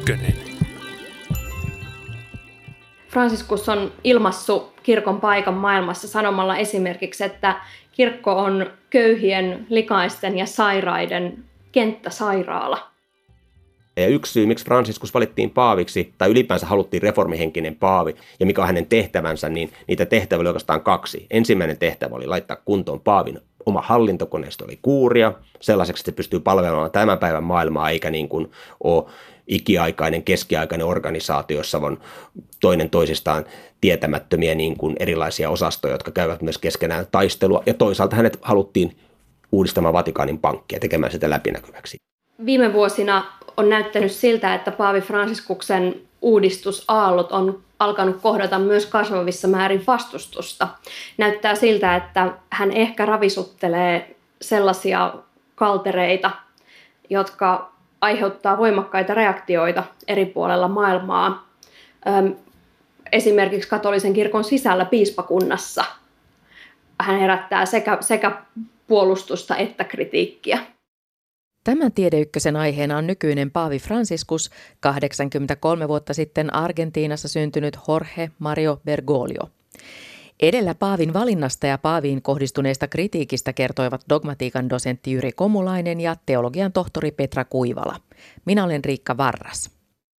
Ykkönen. Franciscus on ilmaissut kirkon paikan maailmassa sanomalla esimerkiksi, että kirkko on köyhien, likaisten ja sairaiden kenttäsairaala. Ja yksi syy, miksi Franciscus valittiin paaviksi, tai ylipäänsä haluttiin reformihenkinen paavi, ja mikä on hänen tehtävänsä, niin niitä tehtäviä oli oikeastaan kaksi. Ensimmäinen tehtävä oli laittaa kuntoon paavin oma hallintokoneisto, oli kuuria, sellaiseksi, että se pystyy palvelemaan tämän päivän maailmaa, eikä niin kuin ole ikiaikainen, keskiaikainen organisaatio, jossa on toinen toisistaan tietämättömiä niin kuin erilaisia osastoja, jotka käyvät myös keskenään taistelua. Ja toisaalta hänet haluttiin uudistamaan Vatikaanin pankkia, tekemään sitä läpinäkyväksi. Viime vuosina on näyttänyt siltä, että paavi Franciscuksen uudistusaallot on alkanut kohdata myös kasvavissa määrin vastustusta. Näyttää siltä, että hän ehkä ravisuttelee sellaisia kaltereita, jotka aiheuttaa voimakkaita reaktioita eri puolella maailmaa. Esimerkiksi katolisen kirkon sisällä piispakunnassa hän herättää sekä puolustusta että kritiikkiä. Tämän Tiedeykkösen aiheena on nykyinen paavi Franciscus, 83 vuotta sitten Argentiinassa syntynyt Jorge Mario Bergoglio. Edellä paavin valinnasta ja paaviin kohdistuneesta kritiikistä kertoivat dogmatiikan dosentti Jyri Komulainen ja teologian tohtori Petra Kuivala. Minä olen Riikka Varras.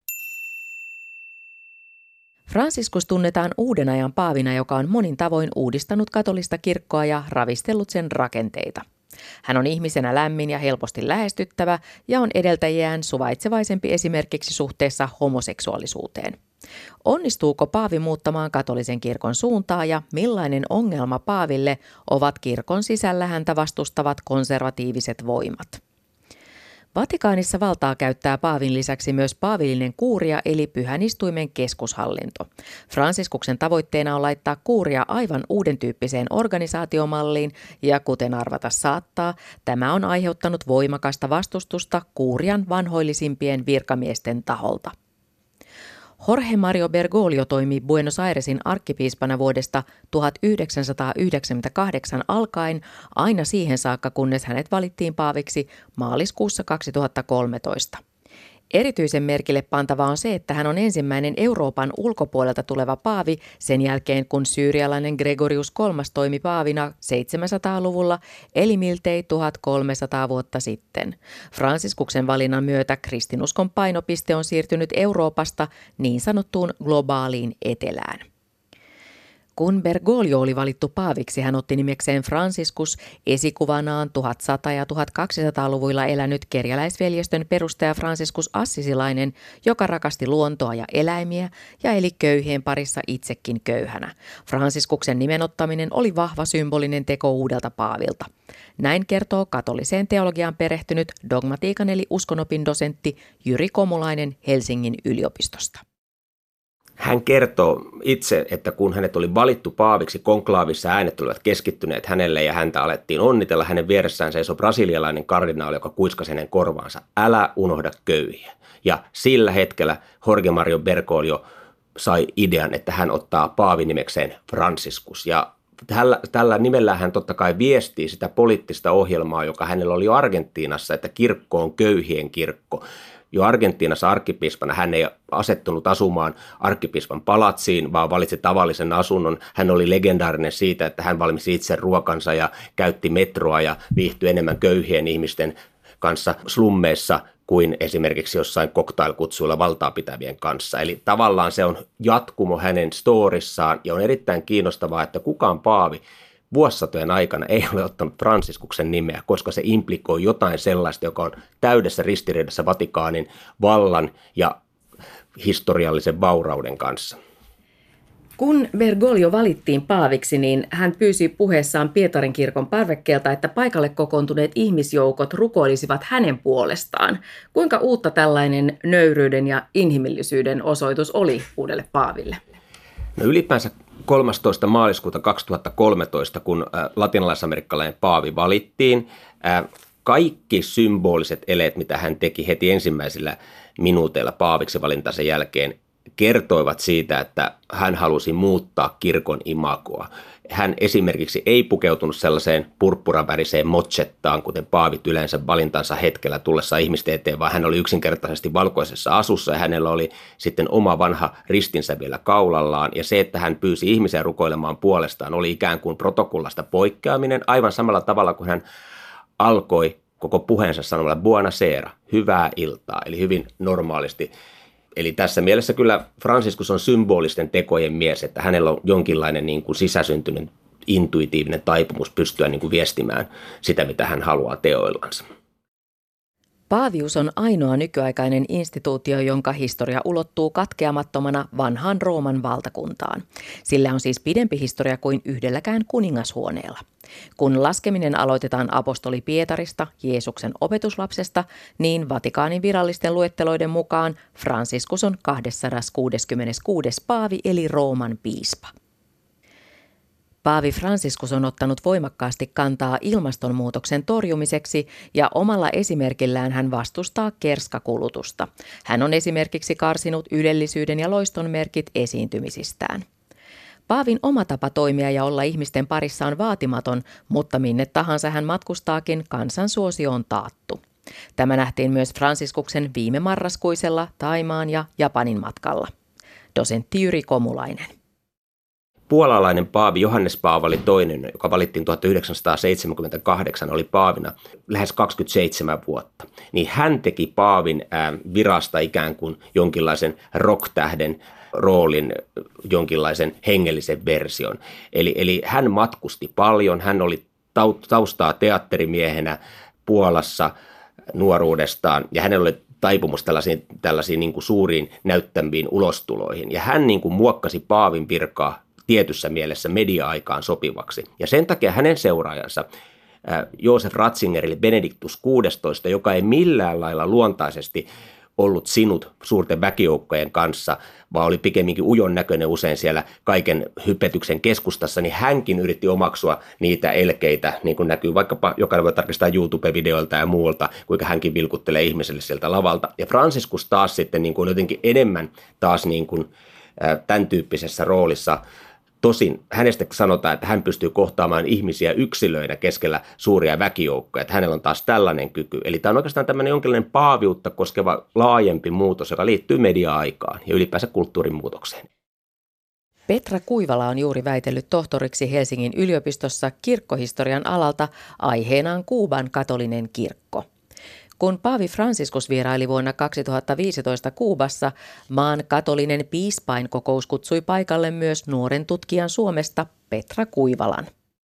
Franciscus tunnetaan uuden ajan paavina, joka on monin tavoin uudistanut katolista kirkkoa ja ravistellut sen rakenteita. Hän on ihmisenä lämmin ja helposti lähestyttävä ja on edeltäjiään suvaitsevaisempi esimerkiksi suhteessa homoseksuaalisuuteen. Onnistuuko paavi muuttamaan katolisen kirkon suuntaa ja millainen ongelma paaville ovat kirkon sisällä häntä vastustavat konservatiiviset voimat? Vatikaanissa valtaa käyttää paavin lisäksi myös paavillinen kuuria eli pyhän istuimen keskushallinto. Franciscuksen tavoitteena on laittaa kuuria aivan uuden tyyppiseen organisaatiomalliin ja kuten arvata saattaa, tämä on aiheuttanut voimakasta vastustusta kuurian vanhoillisimpien virkamiesten taholta. Jorge Mario Bergoglio toimi Buenos Airesin arkkipiispana vuodesta 1998 alkaen aina siihen saakka, kunnes hänet valittiin paaviksi maaliskuussa 2013. Erityisen merkille pantavaa on se, että hän on ensimmäinen Euroopan ulkopuolelta tuleva paavi sen jälkeen, kun syyrialainen Gregorius III toimi paavina 700-luvulla, eli miltei 1300 vuotta sitten. Franciscuksen valinnan myötä kristinuskon painopiste on siirtynyt Euroopasta niin sanottuun globaaliin etelään. Kun Bergoglio oli valittu paaviksi, hän otti nimekseen Franciscus esikuvanaan 1100- ja 1200-luvuilla elänyt kerjäläisveljestön perustaja Franciscus Assisilainen, joka rakasti luontoa ja eläimiä ja eli köyhien parissa itsekin köyhänä. Franciscuksen nimenottaminen oli vahva symbolinen teko uudelta paavilta. Näin kertoo katoliseen teologiaan perehtynyt dogmatiikan eli uskonopin dosentti Jyri Komulainen Helsingin yliopistosta. Hän kertoo itse, että kun hänet oli valittu paaviksi konklaavissa, äänet olivat keskittyneet hänelle ja häntä alettiin onnitella. Hänen vieressään seisoi brasilialainen kardinaali, joka kuiskasi hänen korvaansa, älä unohda köyhiä. Ja sillä hetkellä Jorge Mario Bergoglio sai idean, että hän ottaa paavinimekseen Franciscus. Ja tällä nimellä hän totta kai viestii sitä poliittista ohjelmaa, joka hänellä oli jo Argentiinassa, että kirkko on köyhien kirkko. Jo Argentiinassa arkkipiispana hän ei asettunut asumaan arkkipiispan palatsiin, vaan valitsi tavallisen asunnon. Hän oli legendaarinen siitä, että hän valmisti itse ruokansa ja käytti metroa ja viihtyi enemmän köyhien ihmisten kanssa slummeissa kuin esimerkiksi jossain cocktailkutsuilla valtaa pitävien kanssa. Eli tavallaan se on jatkumo hänen storissaan ja on erittäin kiinnostavaa, että kukaan paavi vuosisatojen aikana ei ole ottanut Franciscuksen nimeä, koska se implikoi jotain sellaista, joka on täydessä ristiriidassa Vatikaanin vallan ja historiallisen vaurauden kanssa. Kun Bergoglio valittiin paaviksi, niin hän pyysi puheessaan Pietarin kirkon parvekkeelta, että paikalle kokoontuneet ihmisjoukot rukoilisivat hänen puolestaan. Kuinka uutta tällainen nöyryyden ja inhimillisyyden osoitus oli uudelle paaville? No ylipäänsä 13. maaliskuuta 2013, kun latinalaisamerikkalainen paavi valittiin, kaikki symboliset eleet, mitä hän teki heti ensimmäisillä minuuteilla paaviksi valintansa jälkeen, kertoivat siitä, että hän halusi muuttaa kirkon imagoa. Hän esimerkiksi ei pukeutunut sellaiseen purppuraväriseen motsettaan, kuten paavit yleensä valintansa hetkellä tullessa ihmisten eteen, vaan hän oli yksinkertaisesti valkoisessa asussa ja hänellä oli sitten oma vanha ristinsä vielä kaulallaan. Ja se, että hän pyysi ihmisiä rukoilemaan puolestaan, oli ikään kuin protokollasta poikkeaminen aivan samalla tavalla kuin hän alkoi koko puheensa sanomalla buonasera, hyvää iltaa, eli hyvin normaalisti. Eli tässä mielessä kyllä Franciscus on symbolisten tekojen mies, että hänellä on jonkinlainen niin kuin sisäsyntyinen intuitiivinen taipumus pystyä niin kuin viestimään sitä, mitä hän haluaa teoillansa. Paavius on ainoa nykyaikainen instituutio, jonka historia ulottuu katkeamattomana vanhaan Rooman valtakuntaan. Sillä on siis pidempi historia kuin yhdelläkään kuningashuoneella. Kun laskeminen aloitetaan apostoli Pietarista, Jeesuksen opetuslapsesta, niin Vatikaanin virallisten luetteloiden mukaan Franciscus on 266. paavi eli Rooman piispa. Paavi Franciscus on ottanut voimakkaasti kantaa ilmastonmuutoksen torjumiseksi ja omalla esimerkillään hän vastustaa kerskakulutusta. Hän on esimerkiksi karsinut ylellisyyden ja loiston merkit esiintymisistään. Paavin oma tapa toimia ja olla ihmisten parissa on vaatimaton, mutta minne tahansa hän matkustaakin, kansan suosio on taattu. Tämä nähtiin myös Franciscuksen viime marraskuisella Thaimaan ja Japanin matkalla. Dosentti Jyri Komulainen. Puolalainen paavi Johannes Paavali II, joka valittiin 1978, oli paavina lähes 27 vuotta. Niin hän teki paavin virasta ikään kuin jonkinlaisen rock-tähden roolin, jonkinlaisen hengellisen version. Eli hän matkusti paljon, hän oli taustaa teatterimiehenä Puolassa nuoruudestaan ja hänellä oli taipumus tällaisiin niin kuin suuriin näyttäviin ulostuloihin. Ja hän niin kuin muokkasi paavin virkaa tietyssä mielessä media-aikaan sopivaksi. Ja sen takia hänen seuraajansa Joosef Ratzinger eli Benedictus XVI, joka ei millään lailla luontaisesti ollut sinut suurten väkijoukkojen kanssa, vaan oli pikemminkin ujon näköinen usein siellä kaiken hypetyksen keskustassa, niin hänkin yritti omaksua niitä elkeitä, niin kuin näkyy vaikkapa, jokainen voi tarkistaa YouTube-videoilta ja muulta, kuinka hänkin vilkuttelee ihmiselle sieltä lavalta. Ja Franciscus taas sitten niin kuin jotenkin enemmän taas niin kuin, tämän tyyppisessä roolissa. Tosin hänestä sanotaan, että hän pystyy kohtaamaan ihmisiä yksilöinä keskellä suuria väkijoukkoja, että hänellä on taas tällainen kyky. Eli tämä on oikeastaan tämmöinen jonkinlainen paaviutta koskeva laajempi muutos, joka liittyy media-aikaan ja ylipäänsä kulttuurin muutokseen. Petra Kuivala on juuri väitellyt tohtoriksi Helsingin yliopistossa kirkkohistorian alalta aiheenaan Kuuban katolinen kirkko. Kun paavi Franciscus vieraili vuonna 2015 Kuubassa, maan katolinen piispainkokous kutsui paikalle myös nuoren tutkijan Suomesta Petra Kuivalan.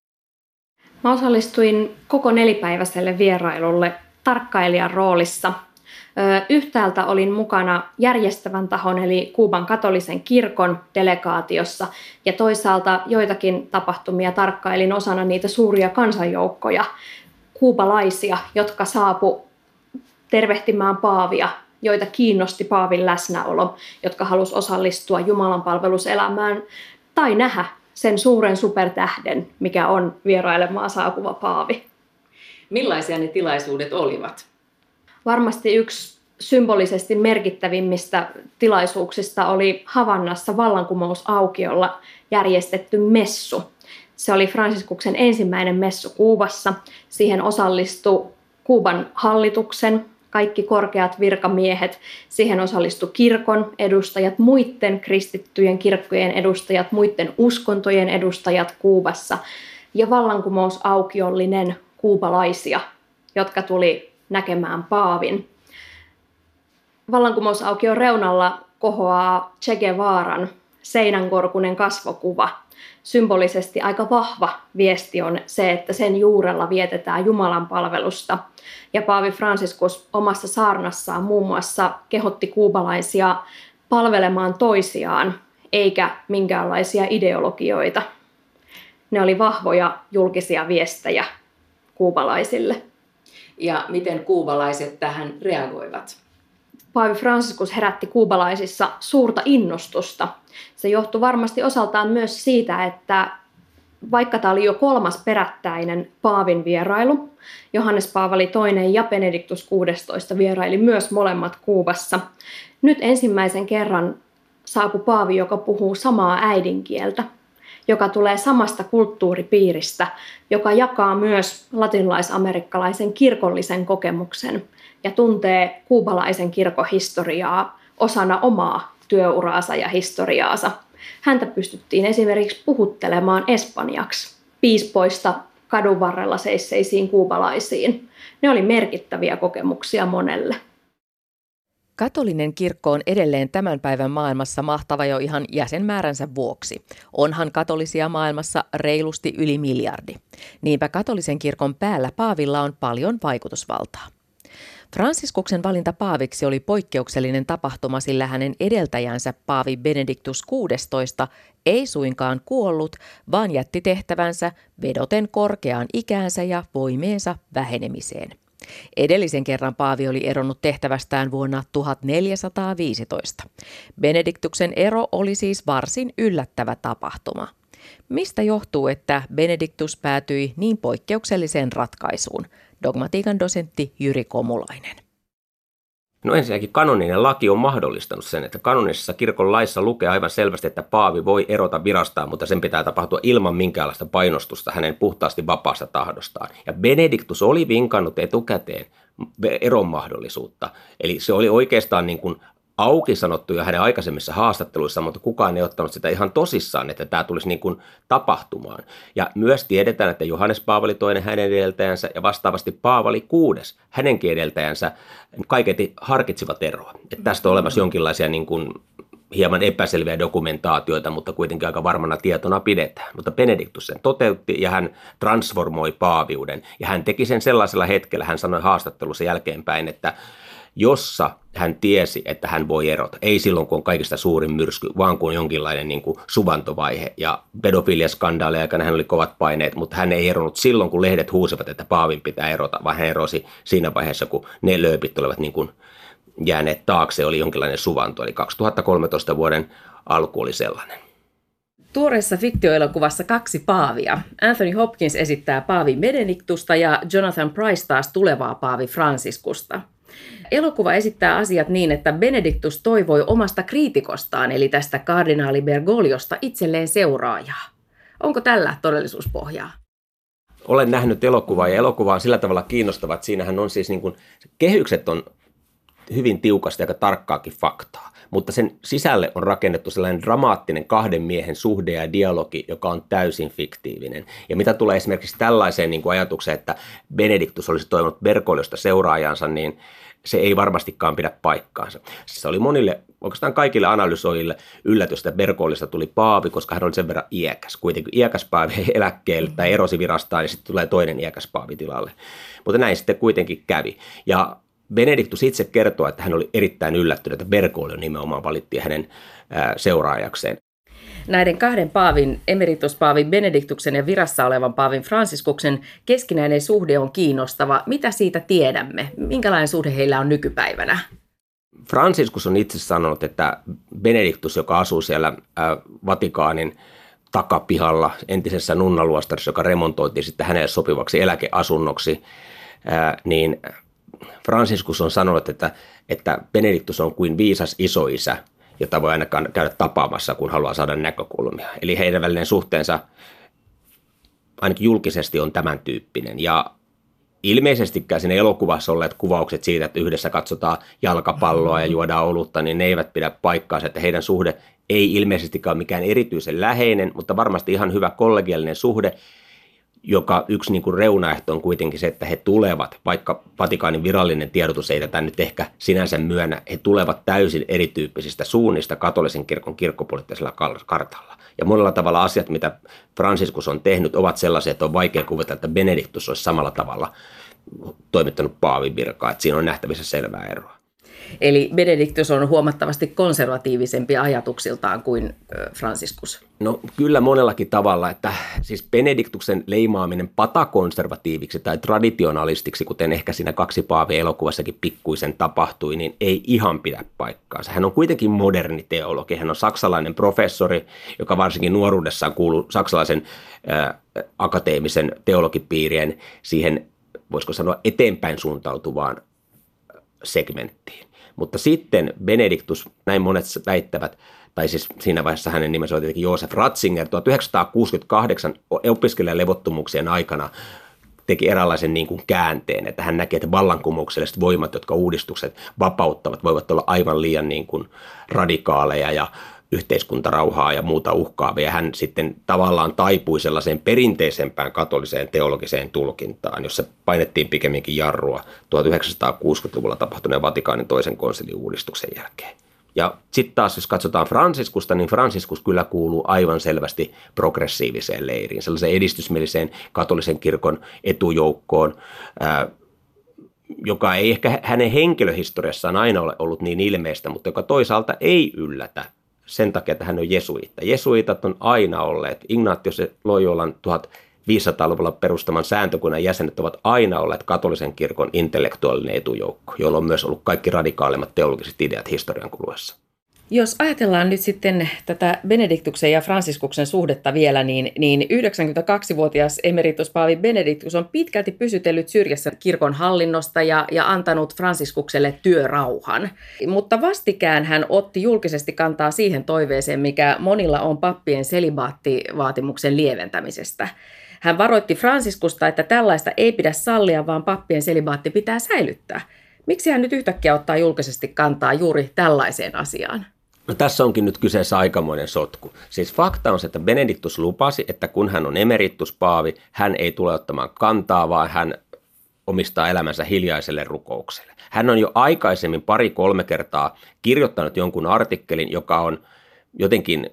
Mä osallistuin koko 4-päiväiselle vierailulle tarkkailijan roolissa. Yhtäältä olin mukana järjestävän tahon eli Kuuban katolisen kirkon delegaatiossa ja toisaalta joitakin tapahtumia tarkkailin osana niitä suuria kansanjoukkoja, kuubalaisia, jotka saapu tervehtimään paavia, joita kiinnosti paavin läsnäolo, jotka halusi osallistua jumalanpalveluselämään tai nähdä sen suuren supertähden, mikä on vierailemaan saapuva paavi. Millaisia ne tilaisuudet olivat? Varmasti yksi symbolisesti merkittävimmistä tilaisuuksista oli Havannassa vallankumousaukiolla järjestetty messu. Se oli Franciscuksen ensimmäinen messu Kuubassa. Siihen osallistui Kuuban hallituksen kaikki korkeat virkamiehet, siihen osallistui kirkon edustajat, muiden kristittyjen kirkkojen edustajat, muiden uskontojen edustajat Kuubassa ja vallankumousaukiollinen kuubalaisia, jotka tuli näkemään paavin. Vallankumousaukion reunalla kohoaa Che Guevaran seinänkorkuinen kasvokuva. Symbolisesti aika vahva viesti on se, että sen juurella vietetään Jumalan palvelusta. Ja paavi Franciscus omassa saarnassaan muun muassa kehotti kuubalaisia palvelemaan toisiaan, eikä minkäänlaisia ideologioita. Ne oli vahvoja julkisia viestejä kuubalaisille. Ja miten kuubalaiset tähän reagoivat? Paavi Franciscus herätti kuubalaisissa suurta innostusta. Se johtui varmasti osaltaan myös siitä, että vaikka tämä oli jo 3. perättäinen paavin vierailu, Johannes Paavali II ja Benedictus XVI vieraili myös molemmat Kuubassa. Nyt ensimmäisen kerran saapui paavi, joka puhuu samaa äidinkieltä, joka tulee samasta kulttuuripiiristä, joka jakaa myös latinalaisamerikkalaisen kirkollisen kokemuksen ja tuntee kuubalaisen kirkkohistoriaa osana omaa työuraansa ja historiaansa. Häntä pystyttiin esimerkiksi puhuttelemaan espanjaksi piispoista kadun varrella seisseisiin kuubalaisiin. Ne oli merkittäviä kokemuksia monelle. Katolinen kirkko on edelleen tämän päivän maailmassa mahtava jo ihan jäsenmääränsä vuoksi. Onhan katolisia maailmassa reilusti yli 1 miljardi. Niinpä katolisen kirkon päällä paavilla on paljon vaikutusvaltaa. Fransiskuksen valinta paaviksi oli poikkeuksellinen tapahtuma, sillä hänen edeltäjänsä paavi Benedictus XVI ei suinkaan kuollut, vaan jätti tehtävänsä vedoten korkeaan ikäänsä ja voimeensa vähenemiseen. Edellisen kerran paavi oli eronnut tehtävästään vuonna 1415. Benediktuksen ero oli siis varsin yllättävä tapahtuma. Mistä johtuu, että Benediktus päätyi niin poikkeukselliseen ratkaisuun? Dogmatiikan dosentti Jyri Komulainen. No ensinnäkin kanoninen laki on mahdollistanut sen, että kanonisessa kirkon laissa lukee aivan selvästi, että paavi voi erota virastaan, mutta sen pitää tapahtua ilman minkäänlaista painostusta hänen puhtaasti vapaasta tahdostaan. Ja Benediktus oli vinkannut etukäteen eron mahdollisuutta. Eli se oli oikeastaan niin kuin auki sanottu jo hänen aikaisemmissa haastatteluissa, mutta kukaan ei ottanut sitä ihan tosissaan, että tämä tulisi niin kuin tapahtumaan. Ja myös tiedetään, että Johannes Paavali II hänen edeltäjänsä ja vastaavasti Paavali VI hänenkin edeltäjänsä kaiketi harkitsivat eroa. Että tästä on olemassa jonkinlaisia niin kuin hieman epäselviä dokumentaatioita, mutta kuitenkin aika varmana tietona pidetään. Mutta Benediktus sen toteutti ja hän transformoi paaviuden. Ja hän teki sen sellaisella hetkellä, hän sanoi haastattelussa jälkeenpäin, että jossa hän tiesi, että hän voi erota. Ei silloin, kun on kaikista suurin myrsky, vaan kun on jonkinlainen niin kuin suvantovaihe. Ja pedofiliaskandaali aikana hän oli kovat paineet, mutta hän ei eronnut silloin, kun lehdet huusivat, että paavin pitää erota, vaan hän erosi siinä vaiheessa, kun ne lööpit olivat niin kuin jääneet taakse, oli jonkinlainen suvanto. Eli 2013 vuoden alku oli sellainen. Tuoreessa fiktioelokuvassa 2 paavia. Anthony Hopkins esittää paavi Benediktusta ja Jonathan Pryce taas tulevaa paavi Franciscusta. Elokuva esittää asiat niin, että Benediktus toivoi omasta kriitikostaan, eli tästä kardinaali Bergogliosta, itselleen seuraajaa. Onko tällä todellisuuspohjaa? Olen nähnyt elokuvaa ja elokuva on sillä tavalla kiinnostava, että siinähän on siis niin kuin, kehykset on hyvin tiukasti aika tarkkaakin faktaa, mutta sen sisälle on rakennettu sellainen dramaattinen 2 miehen suhde ja dialogi, joka on täysin fiktiivinen. Ja mitä tulee esimerkiksi tällaiseen niin kuin ajatukseen, että Benediktus olisi toivonut Bergogliosta seuraajansa, niin se ei varmastikaan pidä paikkaansa. Se oli monille, oikeastaan kaikille analysoijille yllätys, että Bergogliosta tuli paavi, koska hän oli sen verran iäkäs. Kuitenkin iäkäs paavi eläkkeelle tai erosi virastaan ja sitten tulee toinen iäkäs paavi tilalle. Mutta näin sitten kuitenkin kävi. Ja Benediktus itse kertoo, että hän oli erittäin yllättynyt, että Bergoglio nimenomaan valittiin hänen seuraajakseen. Näiden 2 paavin, emerituspaavin Benediktuksen ja virassa olevan paavin Fransiskuksen keskinäinen suhde on kiinnostava. Mitä siitä tiedämme? Minkälainen suhde heillä on nykypäivänä? Franciscus on itse sanonut, että Benediktus, joka asuu siellä Vatikaanin takapihalla entisessä nunnaluostarissa, joka remontoitiin sitten hänelle sopivaksi eläkeasunnoksi, niin Franciscus on sanonut, että Benediktus on kuin viisas isoisä, jota voi aina käydä tapaamassa, kun haluaa saada näkökulmia. Eli heidän välinen suhteensa ainakin julkisesti on tämän tyyppinen. Ja ilmeisestikään siinä elokuvassa olleet kuvaukset siitä, että yhdessä katsotaan jalkapalloa ja juodaan olutta, niin ne eivät pidä paikkaansa, että heidän suhde ei ilmeisestikään ole mikään erityisen läheinen, mutta varmasti ihan hyvä kollegiaalinen suhde, joka yksi niin kuin reunaehto on kuitenkin se, että he tulevat, vaikka Vatikaanin virallinen tiedotus ei tätä nyt ehkä sinänsä myönnä, he tulevat täysin erityyppisistä suunnista katolisen kirkon kirkkopoliittisella kartalla. Ja monella tavalla asiat, mitä Franciscus on tehnyt, ovat sellaisia, että on vaikea kuvitella, että Benediktus olisi samalla tavalla toimittanut paavin virkaa, että siinä on nähtävissä selvää eroa. Eli Benediktus on huomattavasti konservatiivisempi ajatuksiltaan kuin Franciscus. No kyllä monellakin tavalla, että siis Benediktuksen leimaaminen patakonservatiiviksi tai traditionalistiksi, kuten ehkä siinä 2 paavia elokuvassakin pikkuisen tapahtui, niin ei ihan pidä paikkaansa. Hän on kuitenkin moderni teologi, hän on saksalainen professori, joka varsinkin nuoruudessaan kuului saksalaisen akateemisen teologipiirien siihen, voisiko sanoa, eteenpäin suuntautuvaan segmenttiin. Mutta sitten Benediktus, näin monet väittävät, tai siis siinä vaiheessa hänen nimensä oli tietenkin Josef Ratzinger, 1968 opiskelijalevottomuuksien aikana teki eräänlaisen niin kuin käänteen, että hän näkee, että vallankumoukselliset voimat, jotka uudistukset vapauttavat, voivat olla aivan liian niin kuin radikaaleja ja yhteiskuntarauhaa ja muuta uhkaavia. Hän sitten tavallaan taipui sellaiseen perinteisempään katoliseen teologiseen tulkintaan, jossa painettiin pikemminkin jarrua 1960-luvulla tapahtuneen Vatikaanin toisen konsilin uudistuksen jälkeen. Ja sitten taas, jos katsotaan Franciscusta, niin Franciscus kyllä kuuluu aivan selvästi progressiiviseen leiriin, sellaiseen edistysmieliseen katolisen kirkon etujoukkoon, joka ei ehkä hänen henkilöhistoriassaan aina ole ollut niin ilmeistä, mutta joka toisaalta ei yllätä sen takia, että hän on jesuitta. Jesuitat on aina olleet, Ignatius Loyolan 1500-luvulla perustaman sääntökunnan jäsenet ovat aina olleet katolisen kirkon intellektuaalinen etujoukko, jolla on myös ollut kaikki radikaalimmat teologiset ideat historian kuluessa. Jos ajatellaan nyt sitten tätä Benediktuksen ja Fransiskuksen suhdetta vielä, niin 92-vuotias emerituspaavi Benediktus on pitkälti pysytellyt syrjässä kirkon hallinnosta ja antanut Fransiskukselle työrauhan. Mutta vastikään hän otti julkisesti kantaa siihen toiveeseen, mikä monilla on pappien selibaattivaatimuksen lieventämisestä. Hän varoitti Fransiskusta, että tällaista ei pidä sallia, vaan pappien selibaatti pitää säilyttää. Miksi hän nyt yhtäkkiä ottaa julkisesti kantaa juuri tällaiseen asiaan? No, tässä onkin nyt kyseessä aikamoinen sotku. Siis fakta on se, että Benediktus lupasi, että kun hän on emerituspaavi, hän ei tule ottamaan kantaa, vaan hän omistaa elämänsä hiljaiselle rukoukselle. Hän on jo aikaisemmin 2-3 kertaa kirjoittanut jonkun artikkelin, joka on jotenkin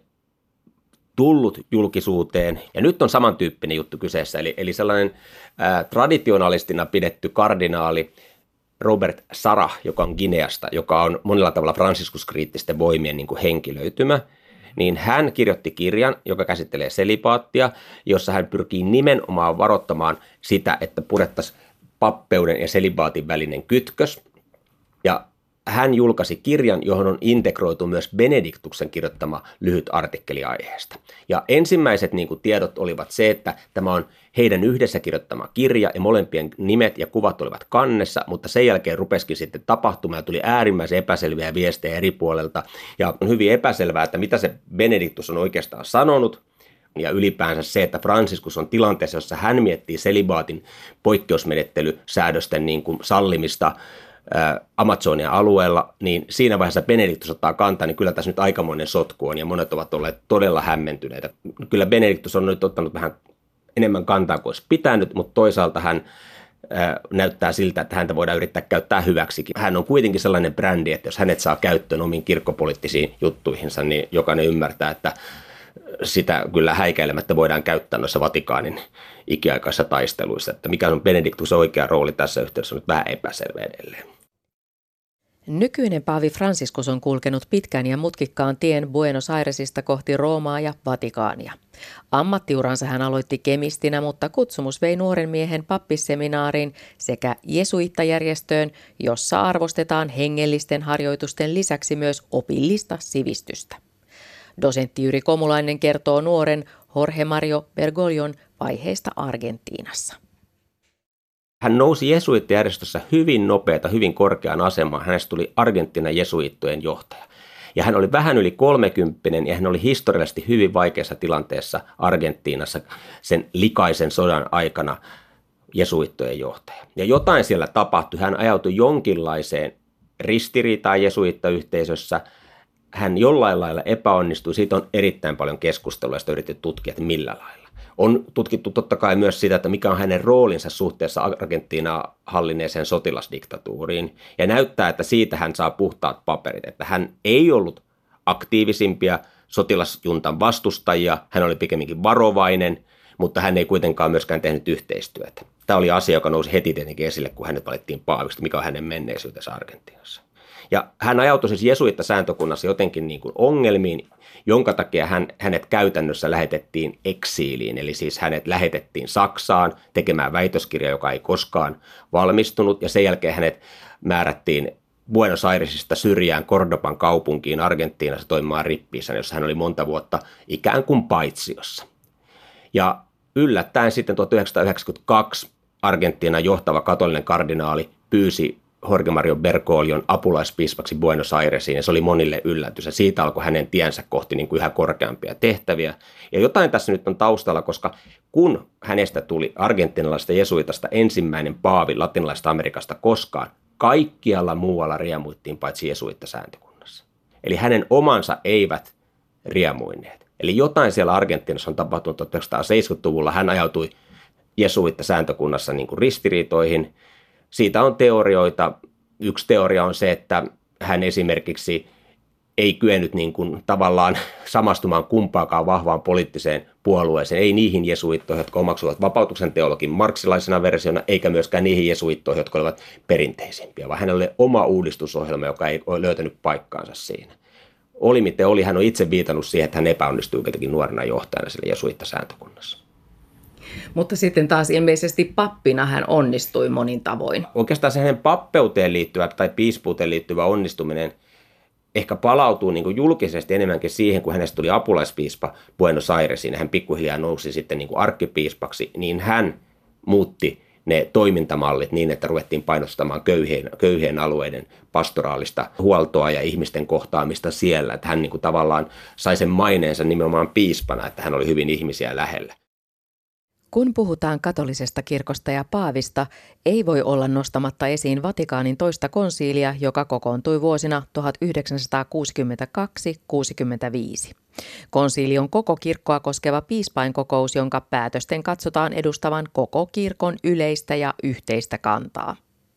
tullut julkisuuteen, ja nyt on samantyyppinen juttu kyseessä, eli sellainen traditionalistina pidetty kardinaali Robert Sarah, joka on Guineasta, joka on monella tavalla fransiskuskriittisten voimien niin kuin henkilöitymä, niin hän kirjoitti kirjan, joka käsittelee selibaattia, jossa hän pyrkii nimenomaan varoittamaan sitä, että purettaisiin pappeuden ja selibaatin välinen kytkös. Ja hän julkaisi kirjan, johon on integroitu myös Benediktuksen kirjoittama lyhyt artikkeli aiheesta. Ja ensimmäiset niin kuin tiedot olivat se, että tämä on heidän yhdessä kirjoittama kirja ja molempien nimet ja kuvat olivat kannessa, mutta sen jälkeen rupesikin sitten tapahtumaan ja tuli äärimmäisen epäselviä viestejä eri puolelta. Ja on hyvin epäselvää, että mitä se Benediktus on oikeastaan sanonut. Ja ylipäänsä se, että Franciscus on tilanteessa, jossa hän miettii selibaatin poikkeusmenettelysäädösten niin kuin sallimista Amazonian alueella, niin siinä vaiheessa Benediktus ottaa kantaa, niin kyllä tässä nyt aikamoinen sotku on, ja monet ovat olleet todella hämmentyneitä. Kyllä Benediktus on nyt ottanut vähän enemmän kantaa kuin olisi pitänyt, mutta toisaalta hän näyttää siltä, että häntä voidaan yrittää käyttää hyväksikin. Hän on kuitenkin sellainen brändi, että jos hänet saa käyttöön omiin kirkkopoliittisiin juttuihinsa, niin jokainen ymmärtää, että sitä kyllä häikäilemättä voidaan käyttää noissa Vatikaanin ikiaikaisissa taisteluissa. Että mikä on Benediktuksen oikea rooli tässä yhteydessä on nyt vähän epäselvä edelleen. Nykyinen paavi Franciscus on kulkenut pitkän ja mutkikkaan tien Buenos Airesista kohti Roomaa ja Vatikaania. Ammattiuransa hän aloitti kemistinä, mutta kutsumus vei nuoren miehen pappisseminaariin sekä jesuittajärjestöön, jossa arvostetaan hengellisten harjoitusten lisäksi myös opillista sivistystä. Dosentti Jyri Komulainen kertoo nuoren Jorge Mario Bergoglion vaiheista Argentiinassa. Hän nousi jesuittijärjestössä hyvin nopeata, hyvin korkeaan asemaan. Hänestä tuli Argentiinan jesuittojen johtaja. Ja hän oli vähän yli 30 ja hän oli historiallisesti hyvin vaikeassa tilanteessa Argentiinassa sen likaisen sodan aikana jesuittojen johtaja. Ja jotain siellä tapahtui. Hän ajautui jonkinlaiseen ristiriitaan jesuittayhteisössä. Hän jollain lailla epäonnistui. Siitä on erittäin paljon keskustelua ja sitä yritetty tutkia, että millä lailla. On tutkittu totta kai myös sitä, että mikä on hänen roolinsa suhteessa Argentiinaa hallinneeseen sotilasdiktatuuriin. Ja näyttää, että siitä hän saa puhtaat paperit, että hän ei ollut aktiivisimpia sotilasjuntan vastustajia. Hän oli pikemminkin varovainen, mutta hän ei kuitenkaan myöskään tehnyt yhteistyötä. Tämä oli asia, joka nousi heti tietenkin esille, kun hänet valittiin paaviksi, mikä on hänen menneisyytensä Argentiinassa. Ja hän ajautui siis jesuittasääntökunnassa jotenkin niin kuin ongelmiin, jonka takia hänet käytännössä lähetettiin eksiiliin. Eli siis hänet lähetettiin Saksaan tekemään väitöskirja, joka ei koskaan valmistunut. Ja sen jälkeen hänet määrättiin Buenos Airesista syrjään Cordoban kaupunkiin Argentiinassa toimimaan rippiissä, jossa hän oli monta vuotta ikään kuin paitsiossa. Ja yllättäen sitten 1992 Argentiinan johtava katolinen kardinaali pyysi Jorge Mario Bergoglion apulaispiispaksi Buenos Airesiin, ja se oli monille yllätys, ja siitä alkoi hänen tiensä kohti niin kuin yhä korkeampia tehtäviä. Ja jotain tässä nyt on taustalla, koska kun hänestä tuli argentinalaisesta jesuitasta ensimmäinen paavi latinalaisesta Amerikasta koskaan, kaikkialla muualla riemuittiin paitsi jesuittasääntökunnassa. Eli hänen omansa eivät riemuineet. Eli jotain siellä Argentiinassa on tapahtunut 1970-luvulla. Hän ajautui jesuittasääntökunnassa niin kuin ristiriitoihin. Siitä on teorioita. Yksi teoria on se, että hän esimerkiksi ei kyennyt niin kuin tavallaan samastumaan kumpaakaan vahvaan poliittiseen puolueeseen. Ei niihin jesuittoihin, jotka omaksuvat vapautuksen teologin marksilaisena versiona, eikä myöskään niihin jesuittoihin, jotka olivat perinteisempiä, vaan hänellä oli oma uudistusohjelma, joka ei ole löytänyt paikkaansa siinä. Oli miten oli, hän on itse viitannut siihen, että hän epäonnistui kuitenkin nuorena johtajana sillä jesuittasääntökunnassa. Mutta sitten taas ilmeisesti pappina hän onnistui monin tavoin. Oikeastaan se hänen pappeuteen liittyvä tai piispuuteen liittyvä onnistuminen ehkä palautuu niin kuin julkisesti enemmänkin siihen, kun hänestä tuli apulaispiispa Buenos Airesiin ja hän pikkuhiljaa nousi sitten niin kuin arkkipiispaksi, niin hän muutti ne toimintamallit niin, että ruvettiin painostamaan köyhien alueiden pastoraalista huoltoa ja ihmisten kohtaamista siellä. Että hän niin kuin tavallaan sai sen maineensa nimenomaan piispana, että hän oli hyvin ihmisiä lähellä. Kun puhutaan katolisesta kirkosta ja paavista, ei voi olla nostamatta esiin Vatikaanin toista konsiilia, joka kokoontui vuosina 1962–65. Konsiili on koko kirkkoa koskeva piispainkokous, jonka päätösten katsotaan edustavan koko kirkon yleistä ja yhteistä kantaa.